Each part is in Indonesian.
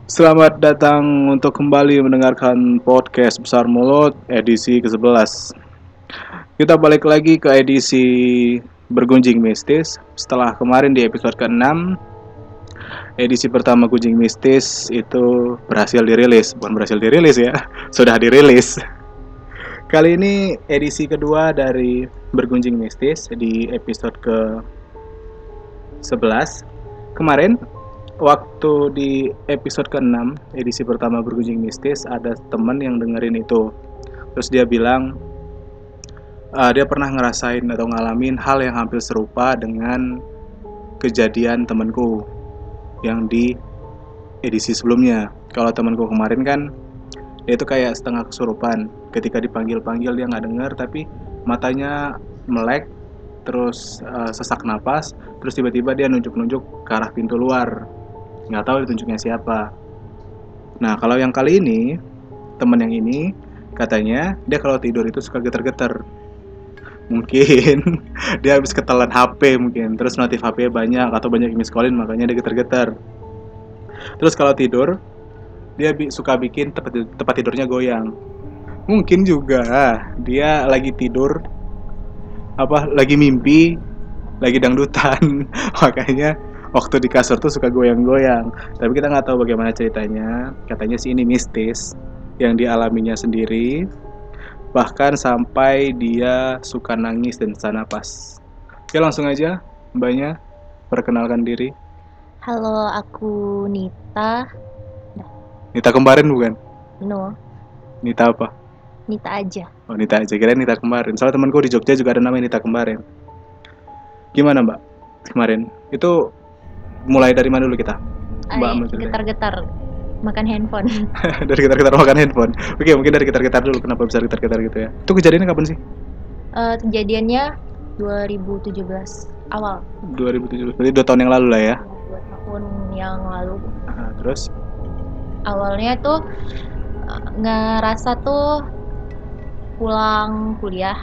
Selamat datang untuk kembali mendengarkan podcast Besar Mulut edisi ke-11. Kita balik lagi ke edisi Bergunjing Mistis. Setelah kemarin di episode ke-6, edisi pertama Gunjing Mistis itu berhasil dirilis. Bukan berhasil dirilis ya, sudah dirilis. Kali ini edisi kedua dari Bergunjing Mistis di episode ke-11. Kemarin waktu di episode ke-6 edisi pertama Bergunjing Mistis ada teman yang dengerin itu. Terus dia bilang dia pernah ngerasain atau ngalamin hal yang hampir serupa dengan kejadian temanku yang di edisi sebelumnya. Kalau temanku kemarin kan dia itu kayak setengah kesurupan. Ketika dipanggil-panggil dia nggak dengar, tapi matanya melek, terus sesak napas, terus tiba-tiba dia nunjuk-nunjuk ke arah pintu luar. Nggak tahu ditunjuknya siapa. Nah, kalau yang kali ini, teman yang ini katanya dia kalau tidur itu suka getar-getar. Mungkin dia habis ketelan HP mungkin, terus notif HP banyak atau banyak yang miss-callin makanya dia getar-getar. Terus kalau tidur, dia suka bikin tempat tidurnya goyang. Mungkin juga dia lagi tidur lagi mimpi, lagi dangdutan. Makanya waktu di kasur tuh suka goyang-goyang. Tapi kita nggak tahu bagaimana ceritanya. Katanya sih ini mistis yang dialaminya sendiri. Bahkan sampai dia suka nangis dan sesak napas. Oke, langsung aja mbaknya perkenalkan diri. Halo, aku Nita. Nita kemarin bukan? No, Nita apa? Nita aja. Oh, Nita aja, kira Nita kemarin. Soalnya temanku di Jogja juga ada namanya Nita kemarin. Gimana mbak kemarin? Itu mulai dari mana dulu kita? Mbak mau ceritain. Getar-getar makan handphone. Dari gitar-gitar makan handphone. Oke, mungkin dari gitar-gitar dulu. Kenapa bisa gitar-gitar gitu ya? Itu kejadiannya kapan sih? Kejadiannya 2017 awal. 2017. Berarti 2 tahun yang lalu lah ya. 2 tahun yang lalu. Nah, terus? Awalnya tuh ngerasa tuh pulang kuliah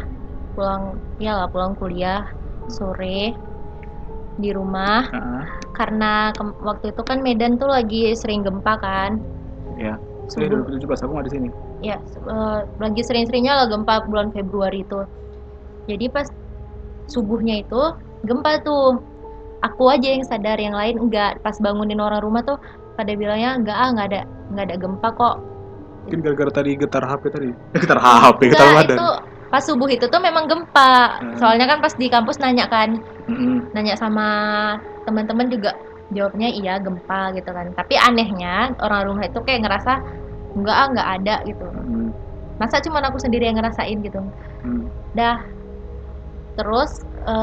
sore di rumah. Karena waktu itu kan Medan tuh lagi sering gempa kan. Ya. Subuh 2017 aku nggak di sini. Ya, lagi sering-seringnya lah gempa bulan Februari itu. Jadi pas subuhnya itu gempa tuh. Aku aja yang sadar, yang lain enggak. Pas bangunin orang rumah tuh pada bilangnya enggak ada gempa kok. Mungkin gara-gara tadi getar HP tadi. Getar HP, getar Enggak, badan. itu pas subuh itu tuh memang gempa. Soalnya kan pas di kampus nanya kan. Nanya sama teman-teman juga jawabnya iya gempa gitu kan. Tapi anehnya orang rumah itu kayak ngerasa enggak ada gitu. Masa cuma aku sendiri yang ngerasain gitu. Dah. Terus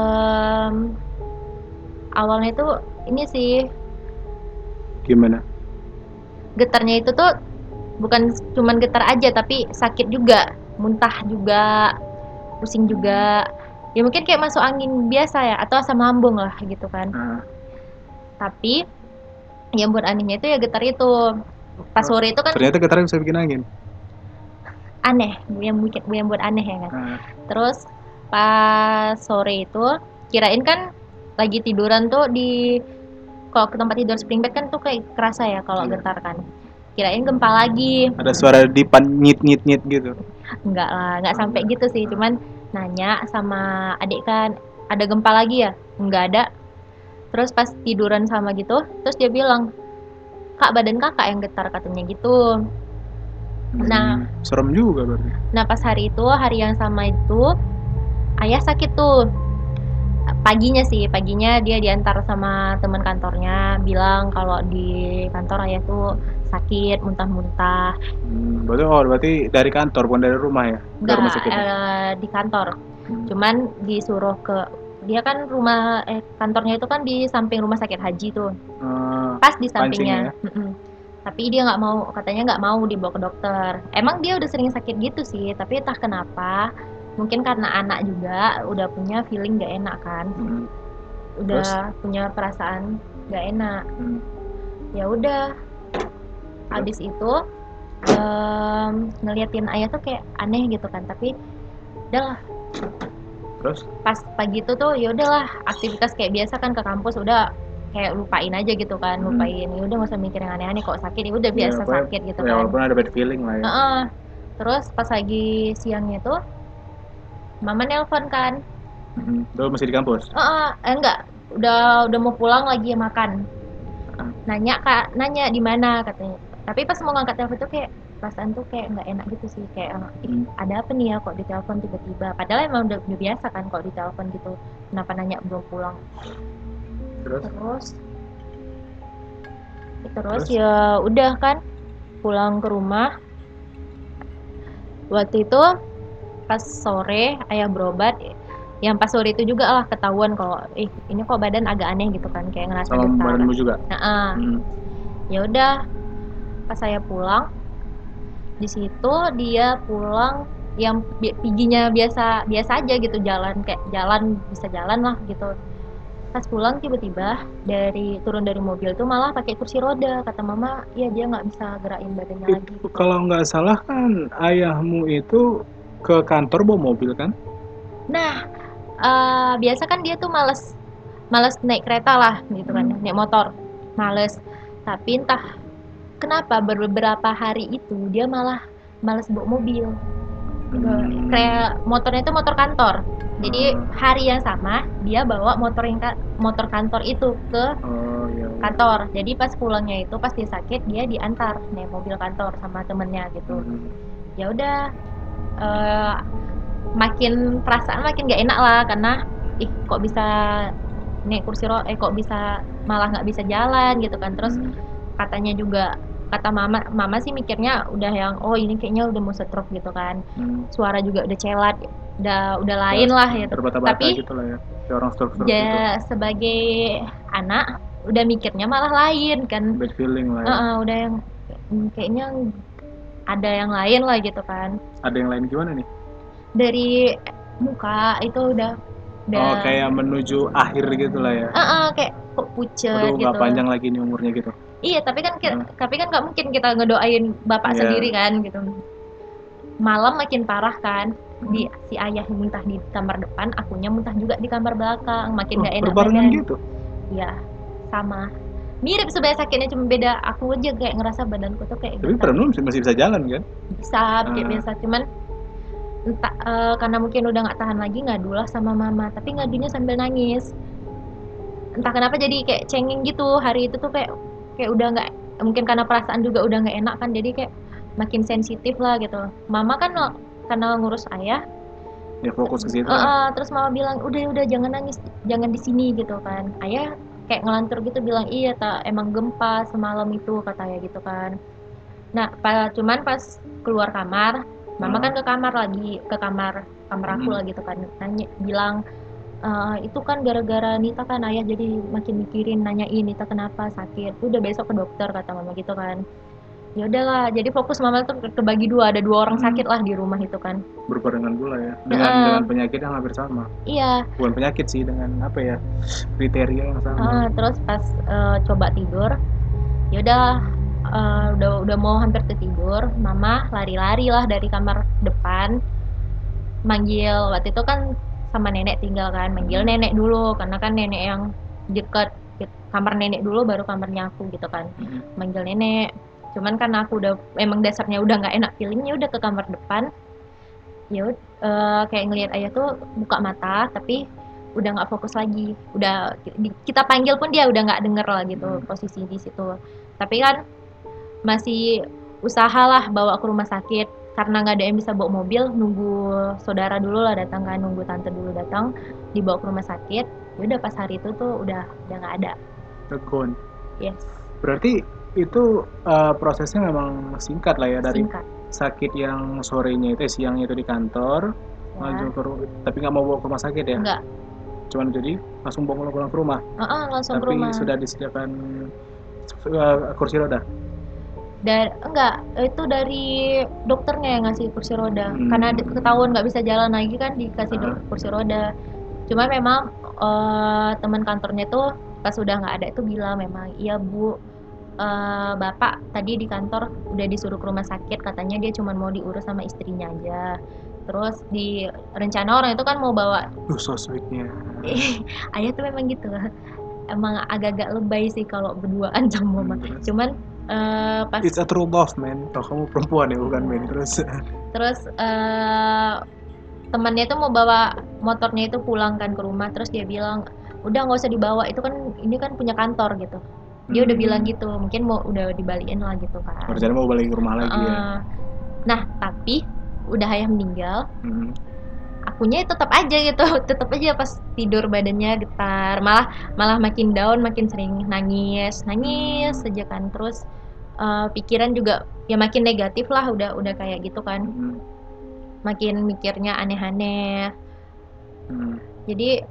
awalnya tuh ini sih Gimana? getarnya itu tuh bukan cuman getar aja tapi sakit juga, muntah juga, pusing juga. Ya mungkin kayak masuk angin biasa ya atau asam lambung lah gitu kan. Tapi yang buat anehnya itu ya getar itu. Pas sore itu kan ternyata getarnya bisa bikin angin. Aneh, yang buat aneh ya kan. Terus pas sore itu kirain kan lagi tiduran tuh kalau ke tempat tidur spring bed kan tuh kayak kerasa ya kalau getar kan. Kirain gempa lagi. Ada suara dipan nyit gitu. Enggak lah, enggak sampai gitu sih. Cuman nanya sama adik kan, ada gempa lagi ya? Enggak ada. Terus pas tiduran sama gitu, terus dia bilang, "Kak, badan kakak yang getar," katanya gitu. Nah, serem juga berarti. Nah, pas hari yang sama itu, ayah sakit tuh. Paginya dia diantar sama teman kantornya, bilang kalau di kantor ayah tuh sakit, muntah-muntah. Berarti dari kantor bukan dari rumah ya? Enggak, di kantor. Cuman disuruh dia kan kantornya itu kan di samping rumah sakit haji tuh. Pas di sampingnya. Ya? Tapi dia katanya nggak mau dibawa ke dokter. Emang dia udah sering sakit gitu sih, tapi entah kenapa, mungkin karena anak juga udah punya feeling nggak enak kan. Udah punya perasaan nggak enak. Ya udah. Habis itu ngeliatin ayah tuh kayak aneh gitu kan, tapi udahlah. Terus pas pagi itu tuh ya udahlah, aktivitas kayak biasa kan, ke kampus udah kayak lupain aja gitu kan, lupain ya udah nggak usah mikir yang aneh-aneh, kok sakit ya udah biasa sakit gitu ya, kan. walaupun ada bad feeling lah ya. Terus pas lagi siangnya tuh mama nelpon kan. Lu masih di kampus? Enggak, udah mau pulang lagi makan. Nanya di mana katanya. Tapi pas mau ngangkat telepon tuh kayak perasaan tuh kayak nggak enak gitu sih, kayak ada apa nih ya kok ditelepon tiba-tiba, padahal emang udah biasa kan kok ditelepon gitu, kenapa nanya belum pulang. Terus ya udah kan pulang ke rumah. Waktu itu pas sore ayah berobat, yang pas sore itu juga lah ketahuan kalau ini kok badan agak aneh gitu kan, kayak ngerasa sama getar. Badanmu juga? Ya udah pas saya pulang, di situ dia pulang yang piginya biasa aja gitu, bisa jalan lah gitu. Pas pulang tiba-tiba turun dari mobil tuh malah pakai kursi roda, kata mama ya dia nggak bisa gerakin badannya lagi gitu. Kalau nggak salah kan ayahmu itu ke kantor bawa mobil kan? Nah biasa kan dia tuh males naik kereta lah gitu kan, naik motor males. Tapi entah kenapa beberapa hari itu dia malah males bawa mobil. Kayak motornya itu motor kantor. Jadi hari yang sama dia bawa motor kantor itu ke kantor. Jadi pas pulangnya itu pas dia sakit dia diantar naik mobil kantor sama temennya gitu. Ya udah perasaan makin gak enak lah, karena kok bisa naik kursi roda, kok bisa malah nggak bisa jalan gitu kan. Terus katanya juga, kata mama sih mikirnya udah yang ini kayaknya udah mau stroke gitu kan. Suara juga udah celat, udah lain lah ya. Tapi gitu lah ya, kayak orang stroke gitu. Sebagai anak udah mikirnya malah lain kan, bad feeling lah ya. Udah yang kayaknya ada yang lain lah gitu kan. Ada yang lain gimana nih? Dari muka itu udah kayak menuju akhir gitu lah ya. Kayak kok pucet gitu. Nggak panjang lagi nih umurnya gitu. Iya, tapi kan nggak mungkin kita ngedoain bapak sendiri kan gitu. Malam makin parah kan, si ayah muntah di kamar depan, akunya muntah juga di kamar belakang, makin nggak enak badan gitu. Iya, sama, mirip sebenarnya sakitnya, cuma beda aku aja kayak ngerasa badanku tuh kayak tapi pernah masih bisa jalan kan? Bisa, kayak biasa, cuman entah karena mungkin udah nggak tahan lagi ngadu lah sama mama, tapi ngadunya sambil nangis. Entah kenapa jadi kayak cengeng gitu hari itu tuh, kayak udah nggak, mungkin karena perasaan juga udah nggak enak kan, jadi kayak makin sensitif lah gitu. Mama kan karena ngurus ayah ya fokus ke situ. Terus mama bilang udah jangan nangis, jangan di sini gitu kan. Ayah kayak ngelantur gitu bilang iya emang gempa semalam itu, kata ayah gitu kan. Nah cuman pas keluar kamar, mama kan ke kamar aku lah gitu kan, nanya bilang itu kan gara-gara Nita kan ayah jadi makin mikirin, nanyain Nita kenapa sakit, udah besok ke dokter, kata mama gitu kan. Ya udahlah, jadi fokus mama tuh kebagi dua, ada 2 orang sakit lah di rumah itu kan, berbarengan pula ya, dengan penyakit yang hampir sama. Iya, bukan penyakit sih, dengan apa ya, kriteria yang sama. Terus pas coba tidur, ya udah mau hampir tidur, mama lari-lari lah dari kamar depan, manggil, waktu itu kan sama nenek tinggal kan, manggil nenek dulu, karena kan nenek yang deket kamar nenek dulu baru kamarnya aku gitu kan. Manggil nenek, cuman karena aku udah emang dasarnya udah nggak enak feelingnya, udah ke kamar depan. Ya kayak ngelihat ayah tuh buka mata tapi udah nggak fokus lagi, udah kita panggil pun dia udah nggak denger lah gitu posisi di situ. Tapi kan masih usahalah bawa ke rumah sakit, karena nggak ada yang bisa bawa mobil, nunggu saudara dulu lah datang kan, nunggu tante dulu datang, dibawa ke rumah sakit. Ya udah pas hari itu tuh udah nggak ada. Tekun. Yes. Berarti itu prosesnya memang singkat lah ya, dari sakit yang sorenya itu, siangnya itu di kantor, langsung tapi nggak mau bawa ke rumah sakit ya? Enggak. Cuman jadi langsung pulang ke rumah. Langsung tapi ke rumah. Sudah disediakan kursi roda? Enggak, itu dari dokternya yang ngasih kursi roda. Karena ketahuan nggak bisa jalan lagi kan, dikasih kursi roda. Cuma memang teman kantornya tuh pas udah nggak ada itu bilang memang, iya bu, bapak tadi di kantor udah disuruh ke rumah sakit, katanya dia cuma mau diurus sama istrinya aja. Terus di rencana orang itu kan mau bawa so sweetnya. ayah tuh memang gitu, emang agak-agak lebay sih kalau berduaan sama mama. Cuman pas it's a true love, man. Oh, kamu perempuan ya, bukan men. Terus temannya itu mau bawa motornya itu pulang kan ke rumah, terus dia bilang udah nggak usah dibawa, itu kan ini kan punya kantor gitu. Dia udah bilang gitu, mungkin udah dibalikin lah gitu kan. Rencana mau balik ke rumah lagi ya. Nah tapi udah ayah meninggal, akunya tetap aja gitu, tetap aja pas tidur badannya getar, malah makin down, makin sering nangis saja kan. Terus pikiran juga ya makin negatif lah, udah kayak gitu kan. Makin mikirnya aneh-aneh. Jadi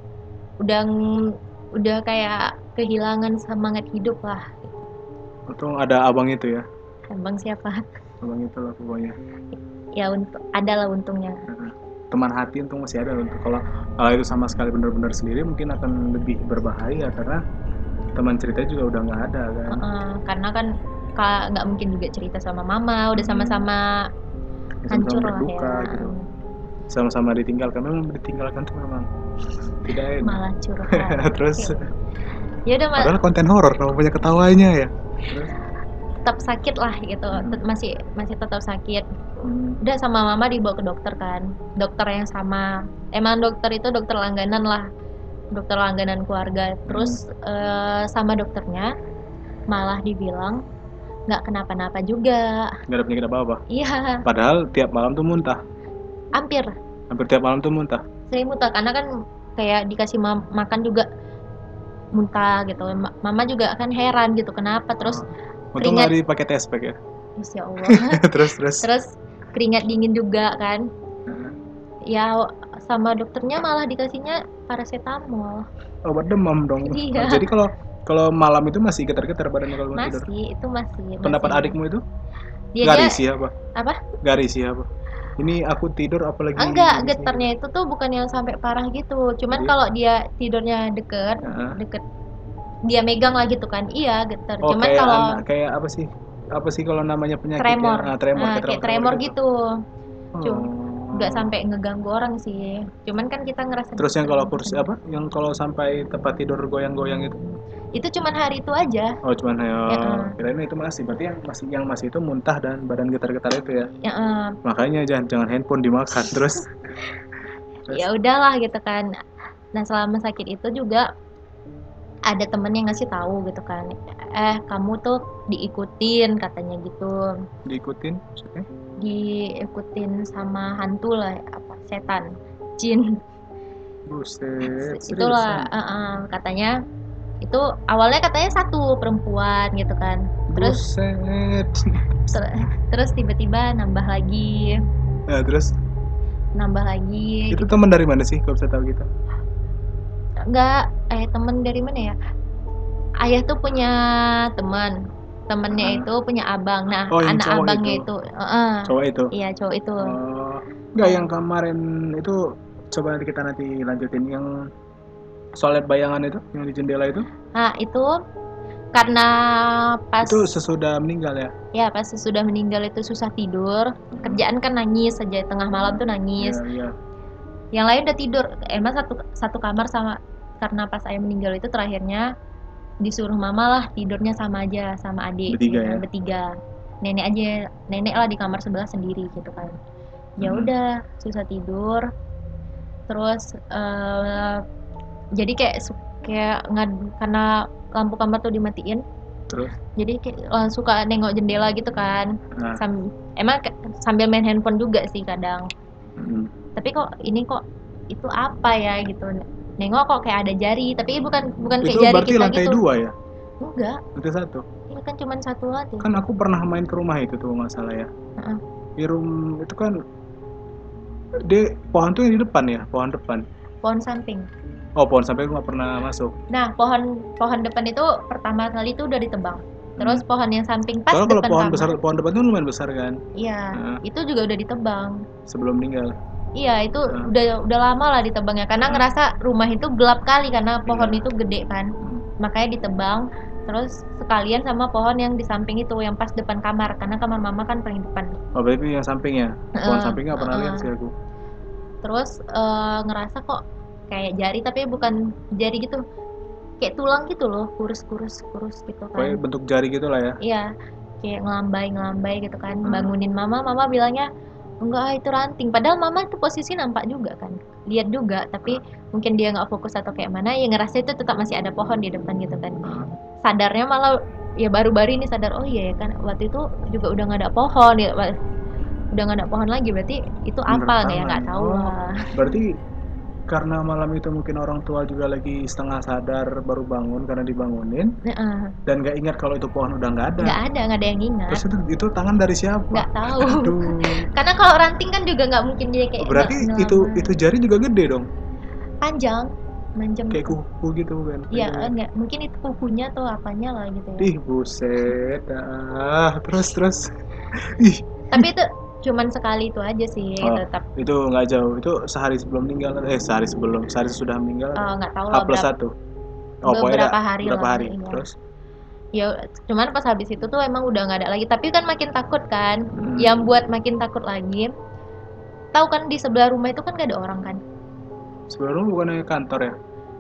udah kayak kehilangan semangat hidup lah. Untung ada abang itu ya. Abang siapa? Abang itu lah pokoknya. Ya ada lah untungnya. Teman hati untung masih ada. Kalau itu sama sekali benar-benar sendiri mungkin akan lebih berbahaya karena teman cerita juga udah nggak ada kan. Karena kan nggak mungkin juga cerita sama mama, udah sama-sama hancur lah ya. Gitu. Sama-sama ditinggalkan, memang ditinggalkan tuh memang tidak enak. Malah curhat. Terus ya udah, padahal konten horor kalau punya ketawanya ya. Terus tetap sakit lah gitu, masih tetap sakit. Udah sama mama dibawa ke dokter kan, dokter yang sama, emang dokter itu dokter langganan lah, dokter langganan keluarga. Terus sama dokternya malah dibilang nggak kenapa-napa juga, nggak ada penyakit apa-apa. Iya. Padahal tiap malam tuh muntah. Hampir tiap malam tuh muntah. Sering muntah karena kan kayak dikasih makan juga muntah gitu. Mama juga kan heran gitu kenapa. Terus untung nggak dipakai tespek ya. Insya Allah. terus keringat dingin juga kan. Ya sama dokternya malah dikasihnya paracetamol. Obat demam dong. Iya. Jadi kalau malam itu masih getar-getar badannya kalau mau tidur? Masih. Pendapat adikmu itu? Gak risih apa? Gak risih apa? Ini aku tidur apalagi? Enggak, getarnya itu tuh bukan yang sampai parah gitu. Cuman kalau dia tidurnya deket, dia megang lah gitu kan, iya getar. Cuman kalau kayak apa sih kalau namanya penyakit? Tremor gitu. Nggak sampai ngeganggu orang sih. Cuman kan kita ngerasa. Terus yang kalau kursi apa? Yang kalau sampai tempat tidur goyang-goyang itu? Itu cuman hari itu aja. Oh, cuman kirain itu masih. Berarti yang masih itu muntah dan badan getar-getar itu ya. Makanya jangan handphone dimakan terus. Ya udahlah gitu kan. Nah, selama sakit itu juga ada temen yang ngasih tahu gitu kan. Kamu tuh diikutin katanya gitu. Diikutin maksudnya? Diikutin sama hantu lah, apa setan, jin. Buset. Itulah katanya. Itu awalnya katanya satu perempuan gitu kan. Terus tiba-tiba nambah lagi. Terus nambah lagi. Itu teman dari mana sih kalau bisa tahu gitu? Enggak, teman dari mana ya? Ayah tuh punya temannya itu punya abang. Nah, anak abangnya itu cowok itu. Iya, cowok itu. Enggak, yang kemarin itu coba nanti kita lanjutin yang soal bayangan itu yang di jendela itu. Nah, itu karena pas itu sesudah meninggal ya? Ya, pas sesudah meninggal itu susah tidur. Kerjaan kan nangis aja, tengah malam tuh nangis. Iya. Yang lain udah tidur. Emang satu kamar sama, karena pas ayah meninggal itu terakhirnya disuruh mama lah tidurnya sama aja sama adik. Bertiga. Nenek lah di kamar sebelah sendiri gitu kan. Ya udah, susah tidur. Terus jadi kayak karena lampu kamar tuh dimatiin. Terus? Jadi kayak suka nengok jendela gitu kan. Emang sambil main handphone juga sih kadang. Tapi kok itu apa ya gitu. Nengok kok kayak ada jari, tapi bukan kayak jari kita gitu. Itu berarti lantai 2 ya? Enggak. Lantai 1? Ini kan cuma satu lantai. Kan aku pernah main ke rumah itu tuh nggak salah ya. Di room itu kan pohon tuh yang di depan ya, pohon depan. Pohon samping. Oh, pohon samping aku nggak pernah masuk. Nah, pohon depan itu pertama kali itu udah ditebang. Terus pohon yang samping pas depan kamar. Kalau pohon depan itu lumayan besar kan? Iya, itu juga udah ditebang. Sebelum meninggal. Iya, itu udah lama lah ditebangnya karena ngerasa rumah itu gelap kali karena pohon itu gede kan. Makanya ditebang. Terus sekalian sama pohon yang di samping itu yang pas depan kamar karena kamar mama kan paling depan. Oh, berarti yang sampingnya. Pohon sampingnya pernah lihat sih aku. Terus ngerasa kok kayak jari tapi bukan jari gitu. kayak tulang gitu loh, kurus gitu kan. Kayak bentuk jari gitu lah ya. Iya, kayak ngelambai gitu kan. Bangunin mama bilangnya enggak itu ranting. Padahal mama itu posisi nampak juga kan, lihat juga. Tapi mungkin dia nggak fokus atau kayak mana, ya ngerasa itu tetap masih ada pohon di depan gitu kan. Sadarnya malah ya baru-baru ini sadar, oh iya ya kan waktu itu juga udah nggak ada pohon ya, udah nggak ada pohon lagi, berarti itu apa ya nggak tahu lah. Berarti karena malam itu mungkin orang tua juga lagi setengah sadar baru bangun karena dibangunin, dan nggak ingat kalau itu pohon udah nggak ada yang ingat. Terus itu tangan dari siapa? Nggak tahu. Karena kalau ranting kan juga nggak mungkin dia kayak. Berarti itu jari juga gede dong? Panjang kayak kuku gitu kan? Iya, enggak mungkin itu kukunya atau apanya lah gitu ya. Ih buset, terus. Ih. Tapi itu cuman sekali itu aja sih, tetap. Itu nggak jauh, itu sehari sebelum meninggal, sehari sesudah meninggal. Nggak tahu lah. H+1. Beberapa hari. Iya. Terus? Ya, cuman pas habis itu tuh emang udah nggak ada lagi. Tapi kan makin takut kan. Yang buat makin takut lagi, tahu kan di sebelah rumah itu kan nggak ada orang kan? Sebelah rumah bukannya kantor ya?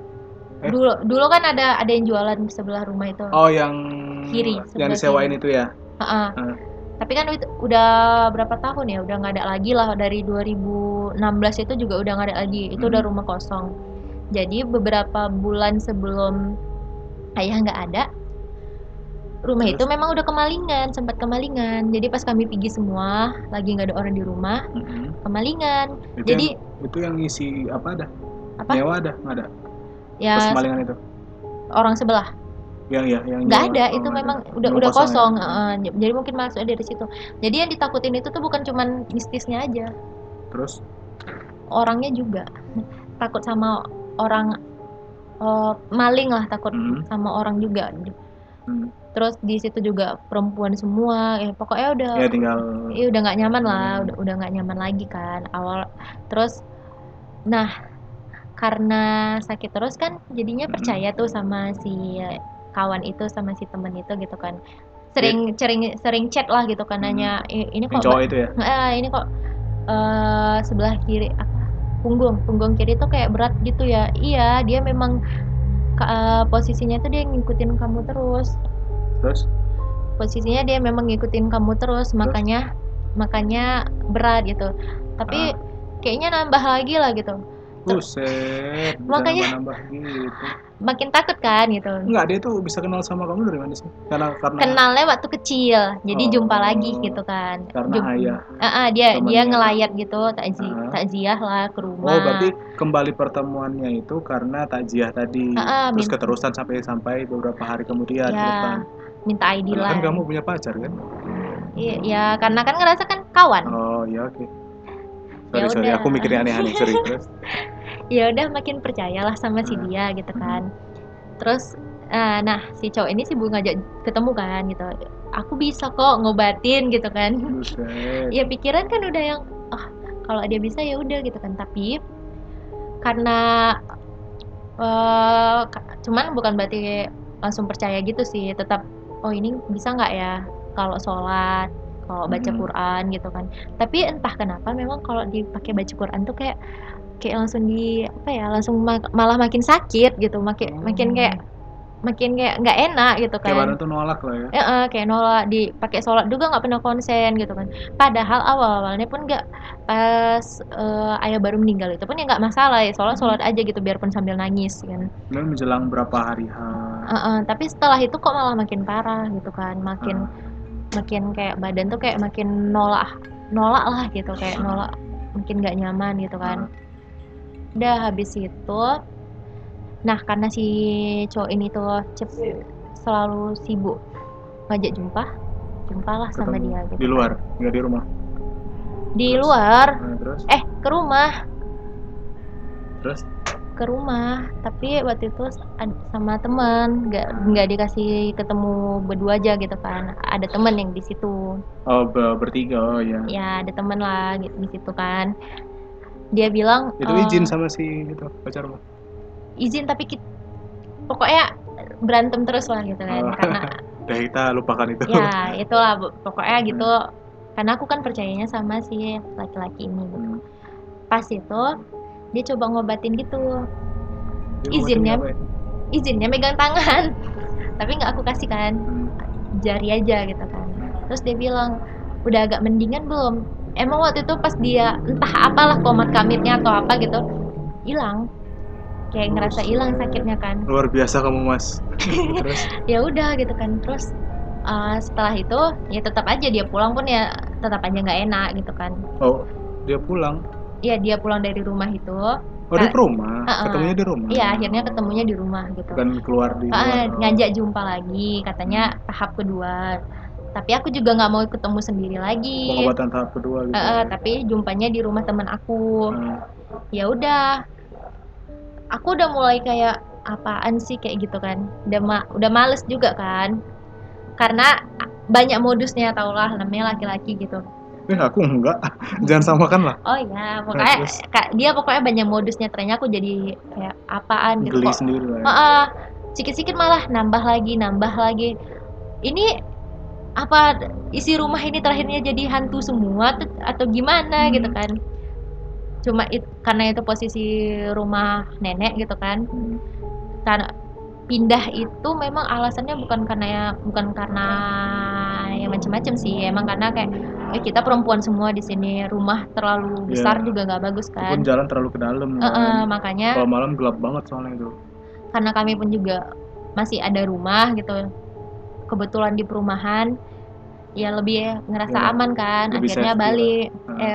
Dulu kan ada yang jualan di sebelah rumah itu. Oh, yang kiri. Yang disewain itu ya? Tapi kan udah berapa tahun ya, udah nggak ada lagi lah. Dari 2016 itu juga udah nggak ada lagi. Itu udah rumah kosong. Jadi beberapa bulan sebelum ayah nggak ada, rumah itu memang udah sempat kemalingan. Jadi pas kami pergi semua, lagi nggak ada orang di rumah, kemalingan. Itu yang ngisi apa ada? Apa? Nyewa ada? Nggak ada? Ya, pas kemalingan itu? Orang sebelah. Yang nggak ada, itu memang udah kosong ya? Jadi mungkin masuk dari situ. Jadi yang ditakutin itu tuh bukan cuman mistisnya aja, terus orangnya juga takut sama orang, maling lah, takut sama orang juga. Terus di situ juga perempuan semua, pokoknya udah udah nggak nyaman lah, udah nggak nyaman lagi kan awal. Terus nah karena sakit terus kan jadinya percaya tuh sama si kawan itu, sama si temen itu gitu kan, sering chat lah gitu kan, nanya ini kok itu ya? Ini kok sebelah kiri punggung kiri tuh kayak berat gitu ya. Iya, dia memang posisinya tuh dia ngikutin kamu terus posisinya dia memang ngikutin kamu terus, makanya berat gitu. Tapi kayaknya nambah lagi lah gitu. Buset, makanya nambah gitu. Makin takut kan gitu. Enggak, dia tuh bisa kenal sama kamu dari mana sih? Karena kenalnya waktu kecil, jadi jumpa lagi gitu kan. Karena ayah. Dia ngelayat gitu, takziah lah ke rumah. Oh, berarti kembali pertemuannya itu karena takziah tadi. Terus keterusan sampai beberapa hari kemudian ke depan. Minta ID lah. Kan kamu punya pacar kan? Iya, karena kan ngerasa kan kawan. Oh, ya oke. Sorry, aku mikirnya aneh-aneh, sorry. Terus ya udah makin percayalah sama si dia gitu kan. Terus nah si cowok ini sibuk ngajak ketemu kan gitu. Aku bisa kok ngobatin gitu kan. Ya pikiran kan udah yang kalau dia bisa ya udah gitu kan. Tapi karena cuman bukan berarti langsung percaya gitu sih, tetap ini bisa nggak ya kalau sholat, kalau baca Quran gitu kan. Tapi entah kenapa memang kalau dipakai baca Quran tuh kayak langsung langsung malah makin sakit gitu, makin kayak nggak enak gitu kan. Kayak badan tuh nolak lah ya. Kayak nolak, dipakai sholat juga nggak pernah konsen gitu kan. Padahal awalnya pun nggak, pas ayah baru meninggal itu pun ya nggak masalah ya, sholat aja gitu biarpun sambil nangis kan. Dan menjelang berapa hari tapi setelah itu kok malah makin parah gitu kan, makin kayak badan tuh kayak makin nolak lah gitu, kayak nolak, makin nggak nyaman gitu kan. Udah habis itu, nah karena si cowok ini tuh selalu sibuk ngajak jumpalah sama dia gitu. Di luar, nggak di rumah? Di luar. Terus? Ke rumah. Terus? Ke rumah, tapi waktu itu sama teman, nggak dikasih ketemu berdua aja gitu kan. Ada teman yang di situ. Oh, bertiga, oh ya. Ya ada teman lah gitu, di situ kan. Dia bilang itu izin sama si itu pacarmu? Izin, tapi pokoknya berantem terus lah gitu kan. Karena udah kita lupakan itu. Ya itulah pokoknya gitu. Karena aku kan percayanya sama si laki-laki ini gitu. Pas itu dia coba ngobatin gitu. Izinnya izinnya megang tangan tapi nggak aku kasih kan, jari aja gitu kan. Terus dia bilang udah agak mendingan belum. Emang waktu itu pas dia entah apalah komat kamitnya atau apa gitu hilang, kayak ngerasa hilang sakitnya kan. Luar biasa kamu mas. Terus ya udah gitu kan. Terus setelah itu ya tetap aja dia pulang pun ya tetap aja nggak enak gitu kan. Oh dia pulang? Iya dia pulang dari rumah itu. Oh dia ke rumah? Ketemunya di rumah? Iya akhirnya ketemunya di rumah gitu. Bukan keluar di luar. Ngajak jumpa lagi katanya tahap kedua. Tapi aku juga nggak mau ketemu sendiri lagi. Pengobatan tahap kedua gitu. Tapi jumpanya di rumah teman aku. Ya udah, aku udah mulai kayak apaan sih kayak gitu kan. Udah males juga kan. Karena banyak modusnya tau lah namanya laki-laki gitu. Aku enggak, jangan samakan lah. Oh iya, pokoknya dia pokoknya banyak modusnya. Ternyata aku jadi kayak apaan gitu. Geli sendiri lah. Sikit-sikit malah nambah lagi. Ini apa isi rumah ini terakhirnya jadi hantu semua atau gimana gitu kan. Cuma karena itu posisi rumah nenek gitu kan. Karena pindah itu memang alasannya bukan karena ya macam-macam sih, emang karena kayak kita perempuan semua di sini, rumah terlalu besar juga nggak bagus kan. Pun jalan terlalu ke dalam kan. Makanya kalau malam gelap banget soalnya itu. Karena kami pun juga masih ada rumah gitu, kebetulan di perumahan, ya lebih ngerasa aman kan. Akhirnya balik,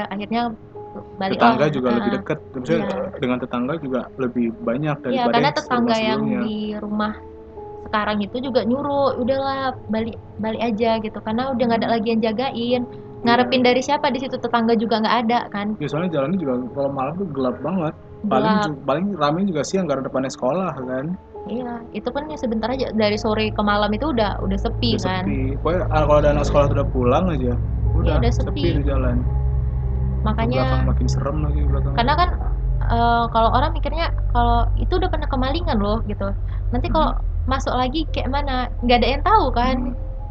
tetangga juga lebih dekat. Dengan tetangga juga lebih banyak daripada ya, karena tetangga yang di rumah sekarang itu juga nyuruh udahlah balik aja gitu, karena udah nggak ada lagi yang jagain. Ngarepin dari siapa di situ, tetangga juga nggak ada kan. Soalnya jalannya juga kalau malam tuh gelap banget. Paling ramai juga siang karena depannya sekolah kan. Iya, itu kan ya sebentar aja, dari sore ke malam itu udah sepi kan. Pokoknya kalau ada anak sekolah udah pulang aja, udah sepi di jalan. Makanya belakang makin serem lagi belakang. Karena kan kalau orang mikirnya kalau itu udah pernah kemalingan loh gitu. Nanti kalau masuk lagi kayak mana, nggak ada yang tahu kan.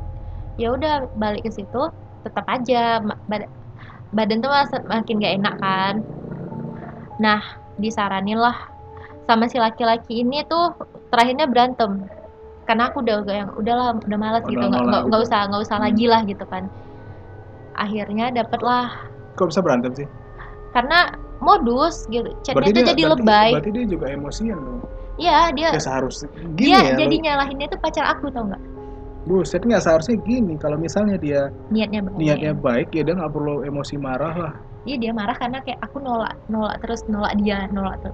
Ya udah balik ke situ, tetap aja badan tuh makin gak enak kan. Nah disaranin lah sama si laki-laki ini tuh terakhirnya berantem, karena aku udah malas gitu, nggak usah lagi lah gitu kan. Akhirnya dapet lah. Kok bisa berantem sih? Karena modus gitu, chatnya tuh jadi lebay. Berarti dia juga emosian dong. Iya dia seharusnya gini dia jadi nyalahinnya tuh pacar aku, tau nggak? Buset, nggak seharusnya gini. Kalau misalnya dia niatnya baik ya dia nggak perlu emosi marah lah. Iya dia marah karena kayak aku nolak dia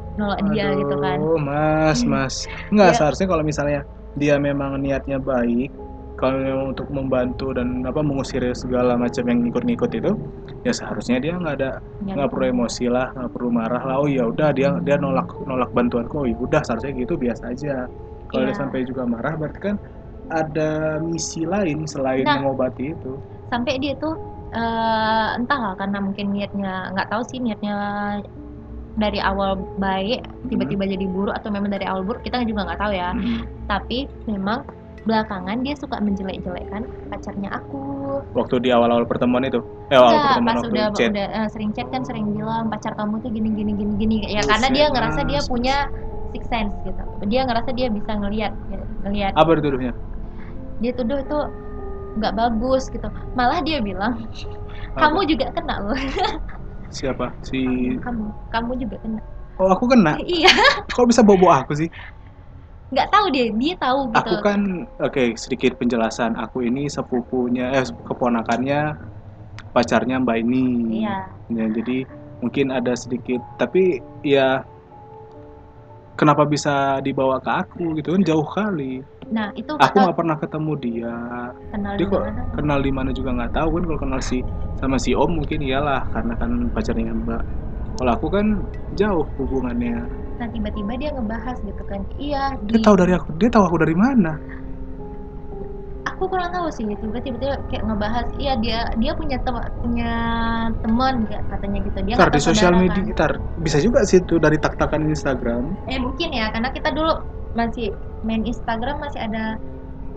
gitu kan. Mas nggak seharusnya kalau misalnya dia memang niatnya baik, kalau memang untuk membantu dan mengusir segala macam yang ngikut-ngikut itu, ya seharusnya dia nggak perlu emosi lah, nggak perlu marah lah. Oh ya udah dia nolak bantuanku, oh ya udah seharusnya gitu, biasa aja. Kalau dia sampai juga marah berarti kan ada misi lain selain mengobati itu. Sampai dia tuh entahlah, karena mungkin niatnya nggak tahu sih, niatnya dari awal baik tiba-tiba jadi buruk atau memang dari awal buruk, kita juga nggak tahu ya. Tapi memang belakangan dia suka menjelek-jelekkan pacarnya aku. Waktu di awal-awal pertemuan itu? Pas udah sering chat kan, sering bilang pacar kamu tuh gini. Ya karena dia ngerasa dia punya sixth sense gitu. Dia ngerasa dia bisa ngelihat. Apa dituduhnya? Dia tuduh itu nggak bagus gitu. Malah dia bilang kamu juga kena loh. Siapa? Kamu juga kena. Oh aku kena? Iya. Kok bisa bobo aku sih? Nggak tahu dia tahu gitu. Aku kan sedikit penjelasan. Aku ini sepupunya keponakannya pacarnya Mbak ini. Iya. Ya, jadi mungkin ada sedikit, tapi ya kenapa bisa dibawa ke aku gitu kan, jauh kali. Nah itu aku nggak pernah ketemu dia. Kenal di mana juga nggak tahu kan. Kalau kenal sama si Om mungkin iyalah, karena kan pacarnya Mbak. Kalau aku kan jauh hubungannya. Nah tiba-tiba dia ngebahas gitu kan. Iya. Dia tahu aku dari mana? Aku kurang tahu sih. Tiba-tiba kayak ngebahas. Iya dia punya teman katanya gitu. Dia ntar di sosial media kan. Bisa juga sih itu dari tak-takan Instagram. Mungkin ya, karena kita dulu masih main Instagram, masih ada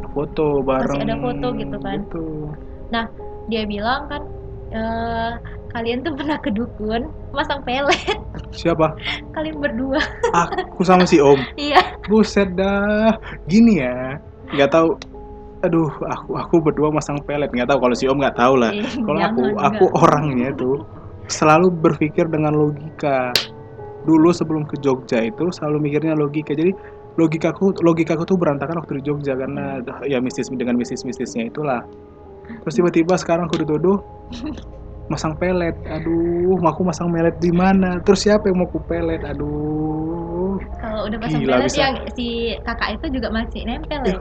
foto bareng. Masih ada foto gitu kan. Gitu. Nah dia bilang kan kalian tuh pernah ke dukun masang pelet. Siapa? Kalian berdua. Aku sama si Om. Iya. Buset dah. Gini ya. Nggak tahu. Aduh, aku berdua masang pelet. Nggak tahu kalau si Om nggak tahu lah. Kalau aku orangnya tuh selalu berpikir dengan logika. Dulu sebelum ke Jogja itu selalu mikirnya logika. Jadi logikaku tuh berantakan waktu di Jogja karena ya mistisnya itulah. Terus tiba-tiba sekarang aku dituduh masang pelet. Aduh, aku masang pelet di mana? Terus siapa yang mau ku pelet? Aduh. Kalau udah pasang pelet bisa. Yang si kakak itu juga masih nempel ya.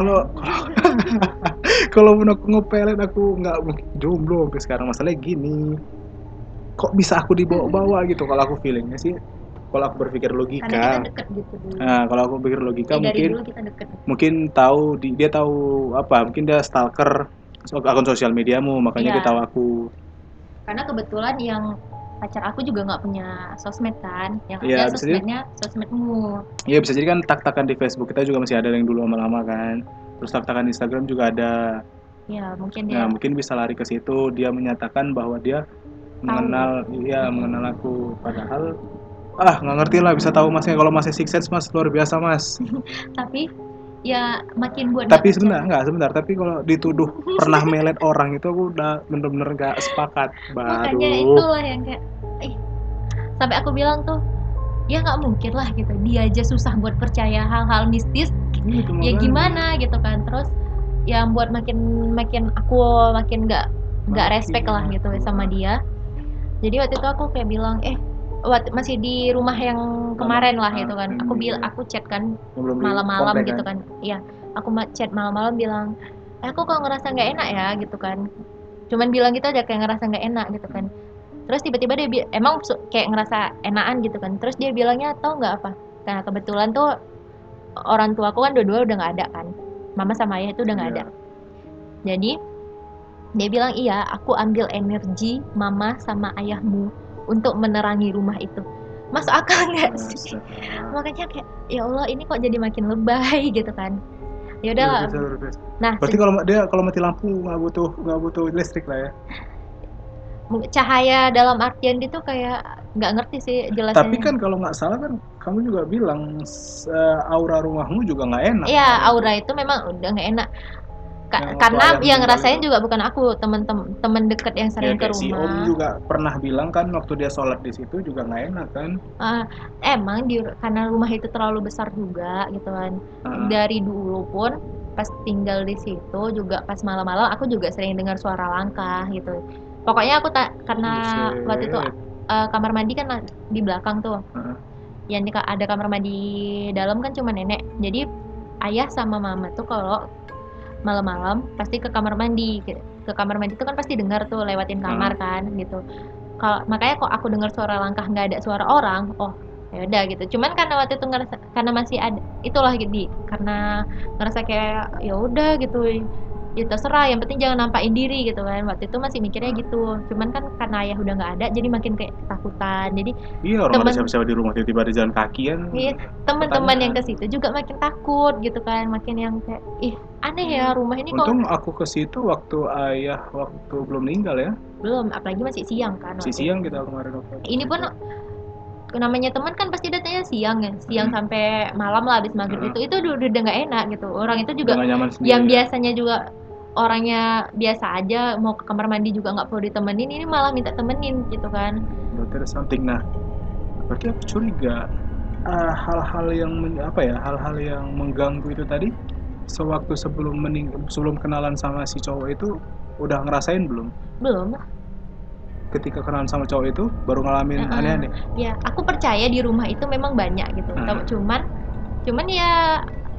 Kalau pun aku ngepelet aku nggak mungkin jomblo sampai sekarang. Masalahnya gini. Kok bisa aku dibawa-bawa gitu kalau aku feelingnya sih. Kalau aku berpikir logika. Karena kita deket gitu dulu. Nah, kalau aku berpikir logika mungkin dia tahu apa? Mungkin dia stalker akun sosial mediamu, makanya dia tahu aku. Karena kebetulan yang pacar aku juga nggak punya sosmed kan, yang ada sosmednya sosmedmu. Iya, bisa jadi kan tak-takan di Facebook kita juga masih ada yang dulu lama-lama kan. Terus tak-takan Instagram juga ada. Ya mungkin dia. Nah mungkin bisa lari ke situ. Dia menyatakan bahwa dia mengenal aku. Padahal nggak ngerti lah bisa tahu masnya. Kalau masnya Six Sense mas luar biasa mas. Tapi ya makin buat. Tapi sebentar. Tapi kalau dituduh pernah melet orang itu aku udah bener-bener nggak sepakat. Makanya itulah yang kayak sampai aku bilang tuh ya nggak mungkin lah gitu, dia aja susah buat percaya hal-hal mistis ya gimana gitu kan. Terus yang buat makin aku makin nggak respect lah gitu sama dia. Jadi waktu itu aku kayak bilang masih di rumah yang kemarin lah gitu kan, aku chat kan malam-malam gitu kan. Iya, aku chat malam-malam bilang aku kok ngerasa nggak enak ya gitu kan, cuman bilang gitu aja kayak ngerasa nggak enak gitu kan. Terus tiba-tiba dia emang kayak ngerasa enakan gitu kan. Terus dia bilangnya tau nggak apa, karena kebetulan tuh orang tua aku kan dua-dua udah nggak ada kan, mama sama ayah itu udah nggak ada. Jadi dia bilang iya, aku ambil energi mama sama ayahmu untuk menerangi rumah itu. Masuk akal nggak sih? Makanya kayak ya Allah ini kok jadi makin lebay gitu kan. Ya udahlah. Nah, berarti kalau mati lampu nggak butuh listrik lah ya. Cahaya dalam artian itu kayak nggak ngerti sih jelasnya. Tapi kan kalau nggak salah kan kamu juga bilang aura rumahmu juga nggak enak. Iya, aura itu memang udah nggak enak. Karena yang ngerasain juga bukan aku, temen deket yang sering ke rumah. Si Om juga pernah bilang kan waktu dia sholat di situ juga nggak enak kan. Emang karena rumah itu terlalu besar juga gitu kan. Dari dulu pun pas tinggal di situ juga pas malam-malam aku juga sering dengar suara langkah gitu. Pokoknya aku karena waktu itu kamar mandi kan di belakang tuh. Yang ada kamar mandi dalam kan cuma nenek. Jadi ayah sama mama tuh kalau malam-malam pasti ke kamar mandi. Ke kamar mandi itu kan pasti dengar tuh lewatin kamar kan gitu. Makanya kok aku dengar suara langkah nggak ada suara orang, ya udah gitu. Cuman karena waktu itu karena masih ada itulah gitu, karena ngerasa kayak ya udah gitu, ya terserah, yang penting jangan nampakin diri gitu kan. Waktu itu masih mikirnya gitu. Cuman kan karena ayah udah nggak ada, jadi makin kayak ketakutan. Jadi orang ada siapa-siapa di rumah tiba-tiba ada jalan kaki kan. Iya, teman-teman yang ke situ juga makin takut gitu kan, makin yang kayak aneh ya rumah ini kok. Untung aku ke situ waktu belum meninggal ya. Belum, apalagi masih siang kan. Siang kita kemarin. Ini pun namanya teman kan pasti datangnya siang ya, siang sampai malam lah, habis maghrib itu udah nggak enak gitu. Orang itu juga yang biasanya juga orangnya biasa aja, mau ke kamar mandi juga nggak perlu ditemenin, ini malah minta temenin gitu kan. Berarti ada something. Nah, berarti aku curiga hal-hal yang mengganggu itu tadi sewaktu sebelum kenalan sama si cowok itu udah ngerasain belum lah. Ketika kenalan sama cowok itu baru ngalamin aneh-aneh. Ya, aku percaya di rumah itu memang banyak gitu. Cuman ya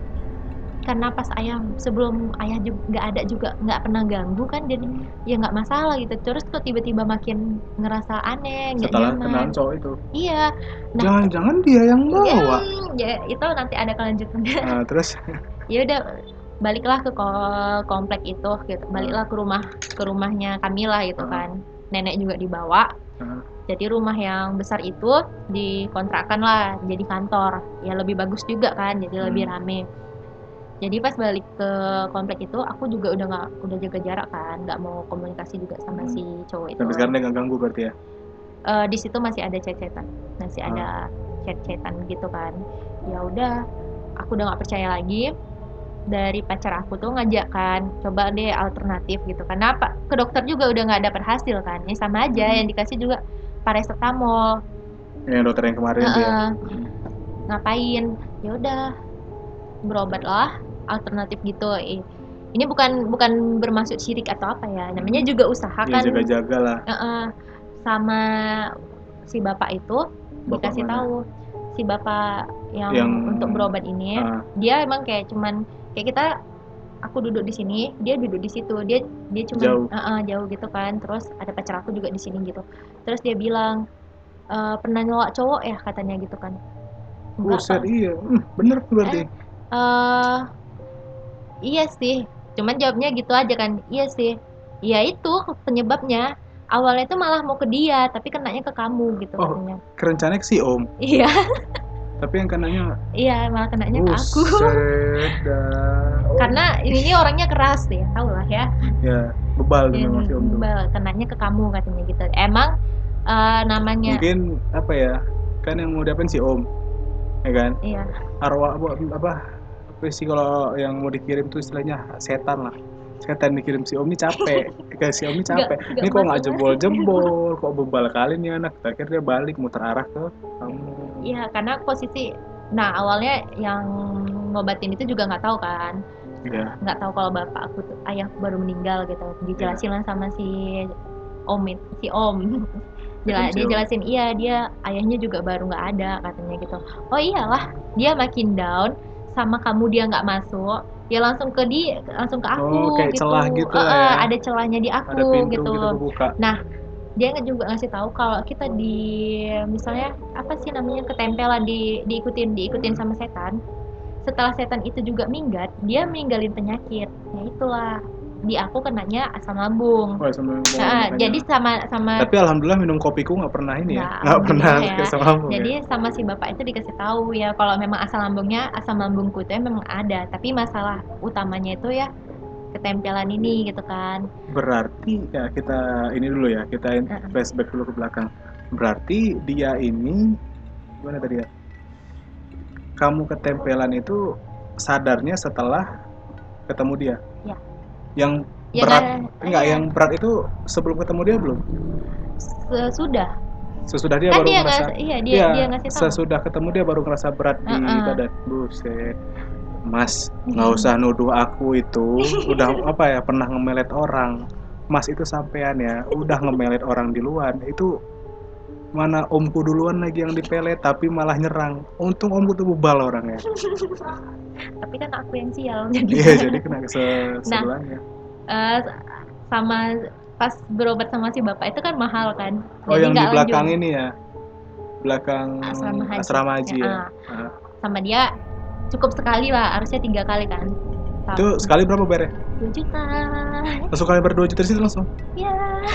karena pas sebelum ayah juga nggak ada, juga nggak pernah ganggu kan, jadi ya nggak masalah gitu. Terus kok tiba-tiba makin ngerasa aneh, nggak nyaman setelah kenalan cowok itu. Iya. Jangan-jangan dia yang bawa. Ya itu nanti ada kelanjutannya. Terus ya udah baliklah ke komplek itu gitu. Baliklah ke rumahnya Kamila gitu kan. Nenek juga dibawa. Jadi rumah yang besar itu dikontrakkan lah jadi kantor. Ya lebih bagus juga kan, jadi lebih rame. Jadi pas balik ke komplek itu aku juga udah jaga jarak kan, nggak mau komunikasi juga sama si cowok itu. Sampai sekarang dia nggak ganggu berarti ya? di situ masih ada chat-chatan, masih ada chat-chatan gitu kan. Ya udah, aku udah nggak percaya lagi. Dari pacar aku tuh ngajak kan, coba deh alternatif gitu. Kenapa? Ke dokter juga udah nggak dapet hasil kan. Ya sama aja, yang dikasih juga paracetamol. Yang dokter yang kemarin dia. Ngapain? Ya udah, berobatlah alternatif gitu. Ini bukan bermaksud syirik atau apa ya. Namanya juga usaha kan. Jaga-jaga lah. Sama si bapak itu dikasih tahu, si bapak yang untuk berobat ini dia emang kayak cuman kayak kita, aku duduk di sini, dia duduk di situ, dia cuma jauh gitu kan. Terus ada pacar aku juga di sini gitu. Terus dia bilang, pernah nolak cowok ya katanya gitu kan. Buset, iya, bener berarti. Iya sih, cuman jawabnya gitu aja kan. Iya sih, ya itu penyebabnya. Awalnya itu malah mau ke dia, tapi kenanya ke kamu gitu katanya. Kerencananya ke si Om. Iya. Tapi yang kenanya. Iya, malah kenanya ke aku. Karena ini orangnya keras ya, tau lah ya. Ya, bebal tuh memang si Om tuh. Bebal, kenanya ke kamu katanya gitu. Emang namanya. Mungkin apa ya? Kan yang mau diapain si Om, ya kan? Iya. Arwah apa sih kalau yang mau dikirim tuh istilahnya setan lah. Setan dikirim si Om ini capek, si Om ini capek. Ini kok nggak jebol-jebol, kok bebal kali nih anak. Akhirnya dia balik muter arah ke kamu. Iya, karena posisi. Nah awalnya yang ngobatin itu juga nggak tahu kan. Nggak tahu kalau bapak aku tuh, ayah baru meninggal gitu. Dijelasin lah sama si Om. Dia jelasin iya, dia ayahnya juga baru nggak ada katanya gitu. Oh iyalah, dia makin down sama kamu, dia nggak masuk, ya langsung ke aku kayak gitu. Celah gitu ya. Ada celahnya di aku, ada pintu gitu. Kebuka. Nah dia juga ngasih tahu kalau kita misalnya apa sih namanya, ketempelan diikutin sama setan. Setelah setan itu juga minggat, dia meninggalin penyakit. Ya itulah, di aku kenanya asam lambung. Jadi sama tapi alhamdulillah minum kopiku nggak pernah ini ya, nggak pernah asam lambung. Jadi sama si bapak itu dikasih tahu ya kalau memang asam lambungku itu memang ada, tapi masalah utamanya itu ya ketempelan ini gitu kan. Berarti ya kita ini dulu ya, kita flashback dulu ke belakang. Berarti dia ini gimana tadi ya? Kamu ketempelan itu sadarnya setelah ketemu dia? Ya. Yang berat yang berat itu sebelum ketemu dia belum? Sesudah dia kan baru dia ngerasa. Dia ngasih tahu. Sesudah ketemu dia baru ngerasa berat di badan. Buset. Mas, nggak usah nuduh aku itu udah apa ya, pernah ngemelet orang. Mas itu sampean ya, udah ngemelet orang di luar. Itu mana omku duluan lagi yang dipelet tapi malah nyerang. Untung omku tuh bebal orangnya. Tapi kan aku yang sial jadi. Iya, jadi kena keseruannya. Sama pas berobat sama si bapak itu kan mahal kan. Jadi yang di belakang ini ya. Belakang asrama haji ya. Sama dia cukup sekali lah, harusnya 3 kali kan. Itu sekali berapa bayarnya? 2 juta. Langsung kali ber 2 juta di situ langsung? Iya.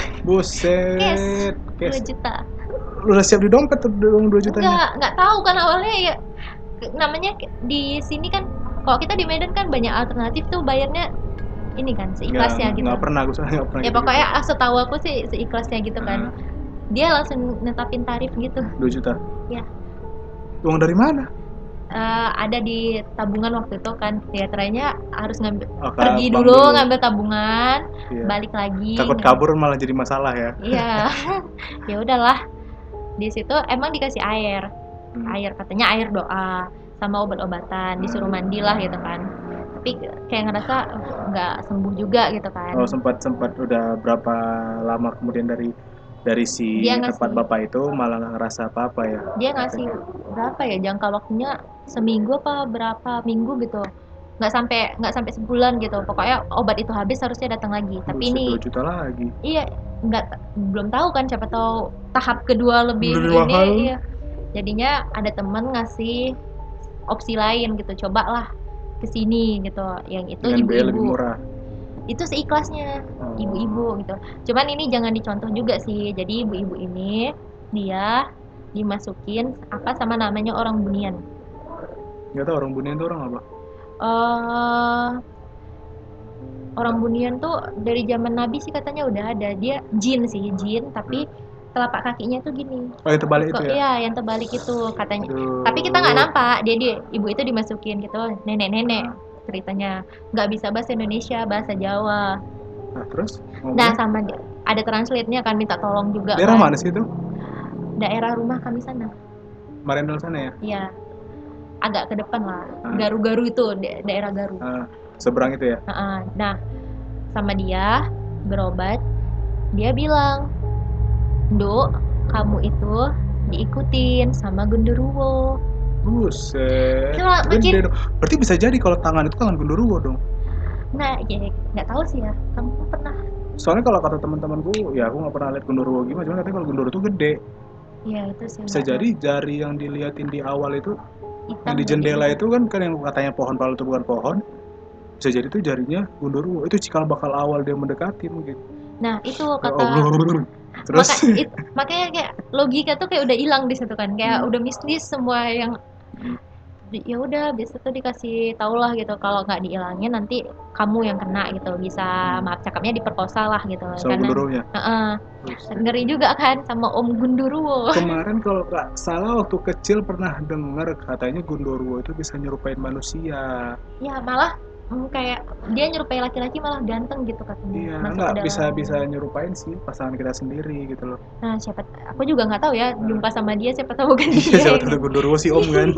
Buset. Cash. 2 juta. Lu udah siap di dompet tuh 2 jutanya? Enggak tahu kan awalnya ya. Namanya di sini kan, kalau kita di Medan kan banyak alternatif tuh bayarnya ini kan seikhlasnya gitu. Nggak pernah, gue nggak pernah. Ya pokoknya setahu aku sih seikhlasnya gitu kan. Dia langsung netapin tarif gitu. 2 juta? Ya. Uang dari mana? Ada di tabungan waktu itu kan. Ya ternyata harus pergi dulu ngambil tabungan, balik lagi. Takut kabur malah jadi masalah ya. Iya. Ya udahlah. Di situ emang dikasih air. Air katanya air doa sama obat-obatan, disuruh mandi lah gitu kan. Tapi kayak ngerasa nggak sembuh juga gitu kan. Oh, sempat udah berapa lama kemudian dari si tempat bapak itu malah nggak ngerasa apa-apa ya? Dia ngasih berapa ya, jangka waktunya seminggu apa berapa minggu gitu, nggak sampai sebulan gitu. Pokoknya obat itu habis harusnya datang lagi. Tapi ini 2 juta lagi. Iya, belum tahu kan, siapa tahu tahap kedua lebih ini. Iya. Jadinya ada temen ngasih opsi lain gitu, cobalah kesini gitu, yang itu dengan ibu-ibu lebih murah. Itu seikhlasnya, ibu-ibu gitu. Cuman ini jangan dicontoh juga sih. Jadi ibu-ibu ini dia dimasukin apa sama namanya orang bunian. Nggak tahu orang bunian itu orang apa? Orang bunian tuh dari zaman Nabi sih katanya udah ada. Dia jin sih, tapi telapak kakinya tuh gini. Oh, yang terbalik itu ya? Iya, yang terbalik itu katanya. Aduh. Tapi kita nggak nampak, ibu itu dimasukin gitu, nenek-nenek ceritanya. Nggak bisa bahasa Indonesia, bahasa Jawa. Nah, terus? Nah, sama ada translate-nya kan, minta tolong juga daerah kan. mana sih itu? Daerah rumah kami sana. Marendol sana ya? Iya. Agak ke depan lah. Garu-garu itu, daerah Garu. Seberang itu ya? Nah, sama dia berobat, dia bilang, "Dok, kamu itu diikutin sama genderuwo." Buset. Gede dong. Berarti bisa jadi kalau tangan itu tangan genderuwo dong. Nah, ya nggak tahu sih ya. Kamu pernah? Soalnya kalau kata teman-temanku, ya aku nggak pernah lihat genderuwo gimana, cuma katanya kalau genderuwo itu gede. Iya, itu sih. Bisa jadi jari yang diliatin di awal itu, hitam, yang di jendela itu kan yang katanya pohon palu itu bukan pohon. Bisa jadi itu jarinya genderuwo. Itu cikal bakal awal dia mendekati mungkin. Nah, itu kata terus makanya kayak logika tuh kayak udah hilang di situ kan, kayak udah mistis semua yang ya udah biasa tuh dikasih tau lah gitu, kalau nggak dihilangin nanti kamu yang kena gitu, bisa maaf cakapnya diperkosa lah gitu. Sama genderuwonya. Ngeri juga kan sama Om Gundurwo. Kemarin kalau nggak salah waktu kecil pernah dengar katanya genderuwo itu bisa nyerupain manusia. Ya malah kayak dia nyerupai laki-laki malah ganteng gitu katanya. Iya, nggak bisa nyerupain sih pasangan kita sendiri gitu loh. Nah, aku juga nggak tahu ya, jumpa sama dia siapa tahu bukan dia. Siapa tahu genderuwo si Om kan.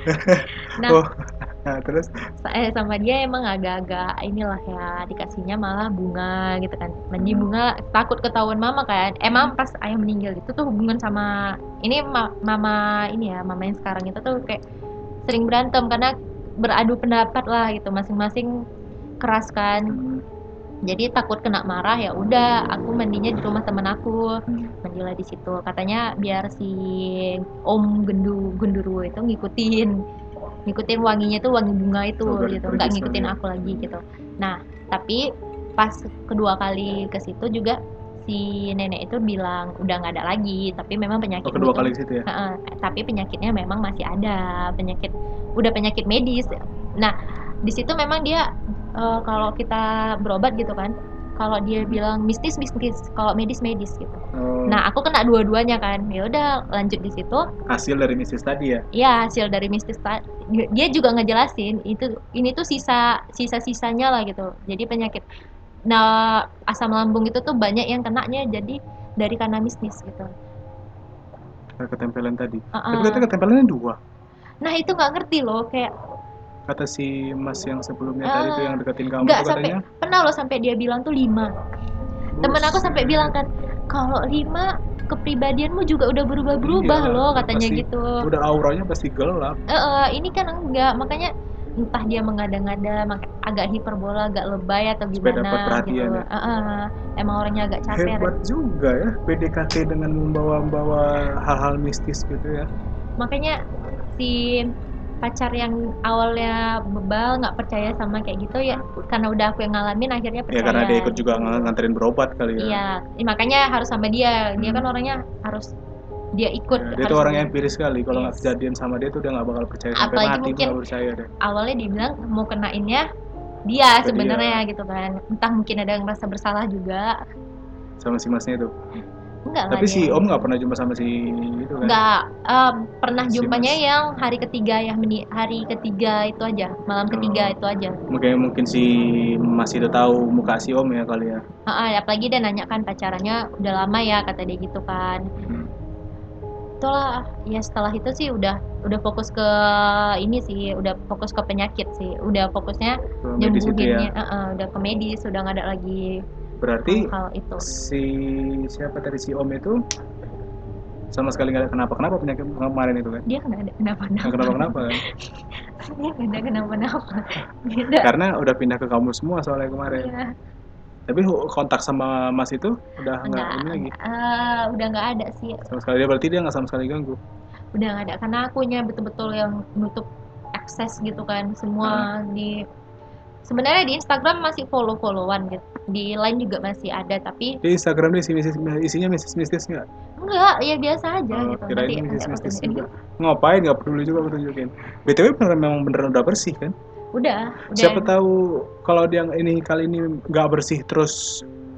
Nah, terus sama dia emang agak-agak inilah ya, dikasihnya malah bunga gitu kan. Mandi bunga takut ketahuan mama kan. Emang pas ayah meninggal itu tuh hubungan sama ini mama ini ya, mama yang sekarang itu tuh kayak sering berantem karena beradu pendapat lah gitu, masing-masing keras kan. Jadi takut kena marah, ya udah aku mandinya di rumah teman aku, mandilah di situ. Katanya biar si Om Genderuwo itu ngikutin wanginya tuh wangi bunga itu gitu, nggak ngikutin aku lagi gitu. Nah, tapi pas kedua kali ke situ juga si nenek itu bilang udah nggak ada lagi, tapi memang penyakit kedua kali ke situ ya? Tapi penyakitnya memang masih ada, penyakit medis. Nah, di situ memang dia kalau kita berobat gitu kan, kalau dia bilang mistis, kalau medis gitu. Nah, aku kena dua-duanya kan. Ya udah lanjut di situ. Hasil dari mistis tadi ya? Iya, hasil dari mistis tadi. Dia juga ngejelasin ini tuh sisa-sisanya lah gitu. Jadi penyakit asam lambung itu tuh banyak yang kenanya jadi dari karena mistis gitu. Ketempelan tadi. Tapi katanya ketempelannya 2. Nah, itu nggak ngerti loh, kayak kata si Mas yang sebelumnya tadi tuh yang deketin kamu tuh katanya. Pernah loh sampai dia bilang tuh 5. Temen aku sampai bilang kan, kalau 5 kepribadianmu juga udah berubah-berubah loh katanya pasti, gitu. Udah auranya pasti gelap. Ini kan enggak, makanya entah dia mengada-ngada, agak hiperbola, agak lebay atau gimana dapat perhatian gitu. Emang orangnya agak capek. Hebat juga ya PDKT dengan membawa hal-hal mistis gitu ya. Makanya si pacar yang awalnya bebal nggak percaya sama kayak gitu ya, karena udah aku yang ngalamin akhirnya percaya. Ya karena dia ikut juga nganterin berobat kali ya. Iya, makanya harus sama dia. Dia kan orangnya harus dia ikut. Dia tuh orang empiris sekali. Kalau nggak kejadian sama dia tuh udah nggak bakal percaya sampai apalagi mati. Mungkin nggak percaya deh. Awalnya dibilang mau kenainnya dia sebenarnya gitu kan. Entah mungkin ada yang merasa bersalah juga sama si masnya itu. Enggak tapi si Om nggak pernah jumpa sama si itu kan? Enggak, pernah jumpanya yang hari ketiga ya, hari ketiga itu aja, malam ketiga itu aja. Mungkin si Mas itu tahu muka si Om ya kali ya. Apalagi dia nanya kan pacarannya udah lama ya, kata dia gitu kan. Itulah ya, setelah itu sih udah fokus ke ini sih, udah fokus ke penyakit sih, udah fokusnya nyembuhinnya, udah ke medis, udah nggak ada lagi. Berarti hal itu. Si siapa tadi si Om itu sama sekali nggak ada kenapa penyakit kemarin itu kan? Dia nggak ada kenapa-napa. Nggak kenapa-napa kan? Dia nggak ada kenapa-napa. Karena udah pindah ke kamu semua soalnya kemarin. Iya. Tapi kontak sama Mas itu udah nggak ini lagi? Udah nggak ada sih. Sama sekali, berarti dia nggak sama sekali ganggu? Udah nggak ada, karena akunya betul-betul yang nutup akses gitu kan semua. Sebenarnya di Instagram masih follow-followan gitu, di Line juga masih ada, tapi di Instagram dia isinya mistis nggak? Enggak, ya biasa aja gitu. Kirain mistis juga. Ngapain, nggak peduli juga aku tunjukin. BTW memang beneran udah bersih kan? Udah. Siapa tahu kalau dia kali ini nggak bersih terus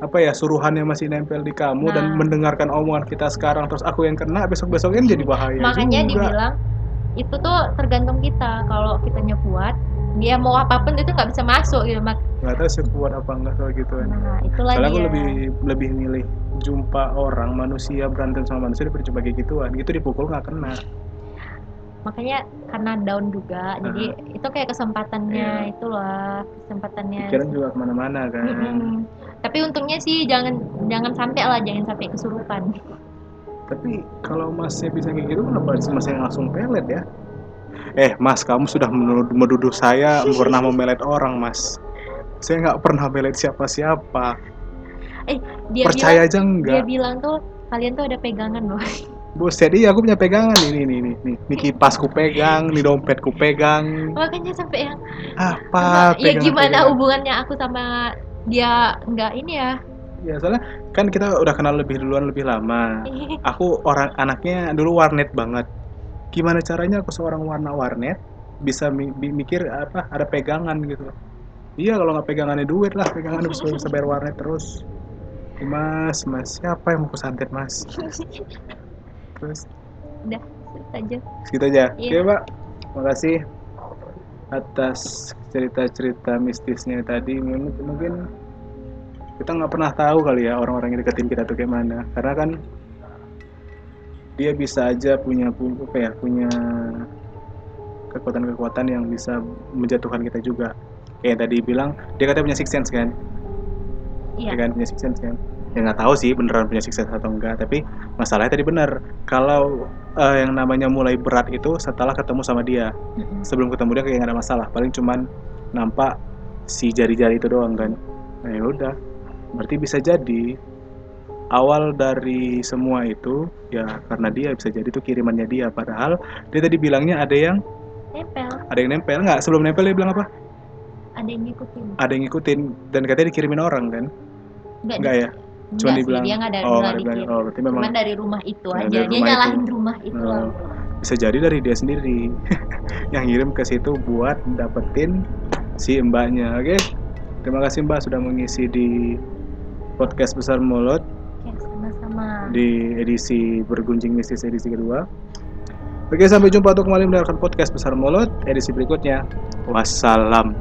apa ya, suruhannya masih nempel di kamu dan mendengarkan omongan kita sekarang terus aku yang kena, besok-besoknya jadi bahaya. Makanya juga dibilang itu tuh tergantung kita. Kalau kitanya kuat, dia mau apapun itu nggak bisa masuk gitu. Nggak tahu sih kuat apa enggak soal gitu kan. Nah, itulah soalnya dia. aku lebih milih jumpa orang manusia berantem sama manusia daripada jumpa kayak gituan. Gitu dipukul nggak kena. Makanya karena down juga, jadi itu kayak kesempatannya itu loh, kesempatannya. Pikiran juga kemana-mana kan. Tapi untungnya sih jangan sampai kesurupan. Tapi kalau masnya bisa kayak gitu, kenapa masnya langsung pelet ya? Mas, kamu sudah menuduh saya pernah memelet orang, Mas. Saya nggak pernah melet siapa-siapa. Percaya aja enggak. Dia bilang tuh kalian tuh ada pegangan loh. Buset, iya aku punya pegangan nih kipas ku pegang, nih dompet ku pegang. Makanya sampai yang apa ya gimana hubungannya aku sama dia nggak ini ya? Ya soalnya kan kita udah kenal lebih duluan, lebih lama. Aku anaknya dulu warnet banget. Gimana caranya aku seorang warnet bisa mikir apa ada pegangan gitu. Iya, kalau nggak pegangannya duit lah, pegangannya bisa bayar warnet terus. Mas, siapa yang mau kesantet, Mas? Terus udah segitu aja. Oke, Pak. Makasih atas cerita-cerita mistisnya tadi. Mungkin kita nggak pernah tahu kali ya orang-orang yang deketin kita tuh gimana, karena kan dia bisa aja punya kekuatan-kekuatan yang bisa menjatuhkan kita juga. Kayak yang tadi bilang dia katanya punya sixth sense kan. Iya kan, punya sixth sense kan. Ya nggak tahu sih beneran punya sixth sense atau enggak, tapi masalahnya tadi benar, kalau yang namanya mulai berat itu setelah ketemu sama dia. Sebelum ketemu dia kayak nggak ada masalah, paling cuman nampak si jari-jari itu doang kan. Nah ya udah, berarti bisa jadi awal dari semua itu ya karena dia, bisa jadi itu kirimannya dia. Padahal dia tadi bilangnya ada yang nempel nggak, sebelum nempel dia bilang apa? Ada yang ngikutin dan katanya dikirimin orang kan? Enggak ya? Cuma dibilang dia nggak dikirim. berarti memang cuma dari rumah itu aja, dia nyalahin rumah itu lah. Bisa jadi dari dia sendiri yang ngirim ke situ buat dapetin si mbaknya. Oke, terima kasih Mbak sudah mengisi di podcast Besar Mulut. Sama-sama. Di edisi Bergunjing Mistis edisi kedua. Oke, sampai jumpa untuk kembali mendengarkan podcast Besar Mulut edisi berikutnya. Wassalam.